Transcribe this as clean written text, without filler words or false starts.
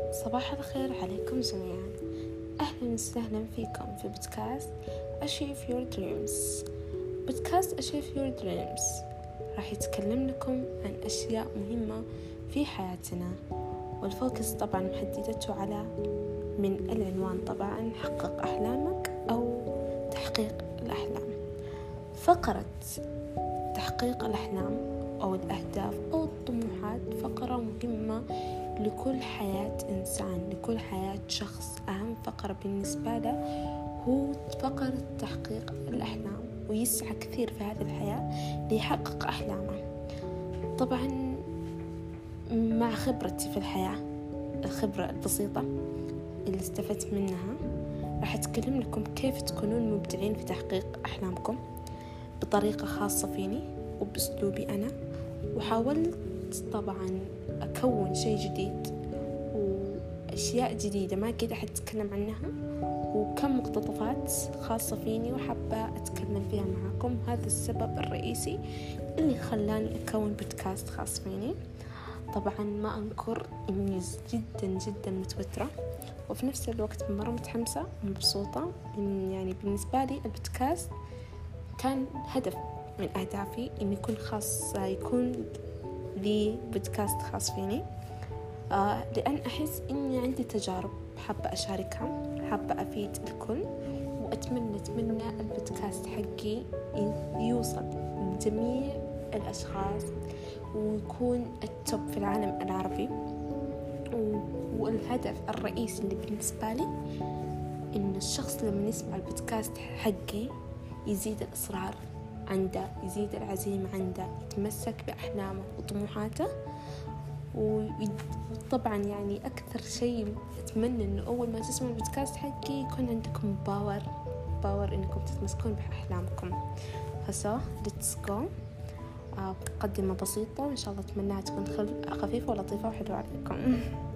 صباح الخير عليكم جميعا. أهلا وسهلا فيكم في بودكاست Achieve Your Dreams. بودكاست Achieve Your Dreams راح يتكلم لكم عن أشياء مهمة في حياتنا، والفوكس طبعا محددته على من العنوان طبعا حقق أحلامك أو تحقيق الأحلام. فقرة تحقيق الأحلام أو الأهداف أو الطموحات فقرة مهمة لكل حياة إنسان، لكل حياة شخص. أهم فقرة بالنسبة له هو فقرة تحقيق الأحلام، ويسعى كثير في هذه الحياة ليحقق أحلامه. طبعا مع خبرتي في الحياة، الخبرة البسيطة اللي استفدت منها، راح أتكلم لكم كيف تكونون مبدعين في تحقيق أحلامكم بطريقة خاصة فيني وبأسلوبي أنا. وحاولت طبعا أكون شيء جديد وأشياء جديدة ما قد أحد أتكلم عنها، وكم مقتطفات خاصة فيني وحابة أتكلم فيها معاكم. هذا السبب الرئيسي اللي خلاني أكون بودكاست خاص فيني. طبعا ما أنكر إني جدا متوترة، وفي نفس الوقت مرة متحمسة ومبسوطة. يعني بالنسبة لي البودكاست كان هدف من أهدافي إن يكون لي بودكاست خاص فيني، لأن أحس إني عندي تجارب حابة أشاركها، حابة أفيد الكل، وأتمنى البودكاست حقي يوصل لجميع الأشخاص ويكون التوب في العالم العربي. والهدف الرئيسي اللي بالنسبة لي إن الشخص لما يسمع البودكاست حقي يزيد الإصرار عنده، يزيد العزيمة عنده، يتمسك بأحلامه وطموحاته. وطبعا يعني أكثر شيء أتمنى إنه أول ما تسمعوا البودكاست حقي يكون عندكم باور إنكم تتمسكون بأحلامكم. let's go. مقدمة بسيطة إن شاء الله أتمنىها تكون خفيفة ولطيفة وحلوة عليكم.